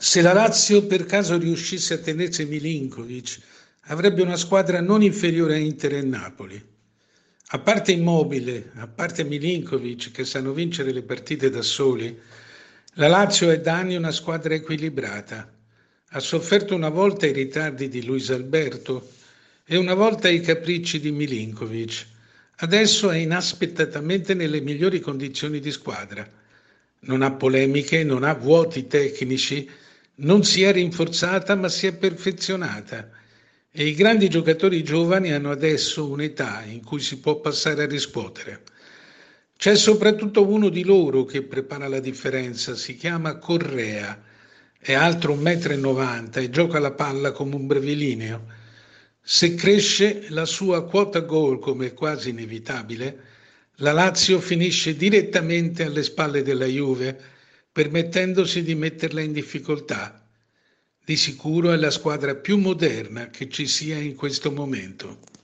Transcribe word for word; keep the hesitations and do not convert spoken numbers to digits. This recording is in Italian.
Se la Lazio per caso riuscisse a tenersi Milinkovic, avrebbe una squadra non inferiore a Inter e Napoli. A parte Immobile, a parte Milinkovic che sanno vincere le partite da soli, la Lazio è da anni una squadra equilibrata. Ha sofferto una volta i ritardi di Luis Alberto e una volta i capricci di Milinkovic. Adesso è inaspettatamente nelle migliori condizioni di squadra. Non ha polemiche, non ha vuoti tecnici, non si è rinforzata ma si è perfezionata. E i grandi giocatori giovani hanno adesso un'età in cui si può passare a riscuotere. C'è soprattutto uno di loro che prepara la differenza, si chiama Correa, è alto un metro e novanta e gioca la palla come un brevilineo. Se cresce la sua quota gol, come è quasi inevitabile, la Lazio finisce direttamente alle spalle della Juve, permettendosi di metterla in difficoltà. Di sicuro è la squadra più moderna che ci sia in questo momento.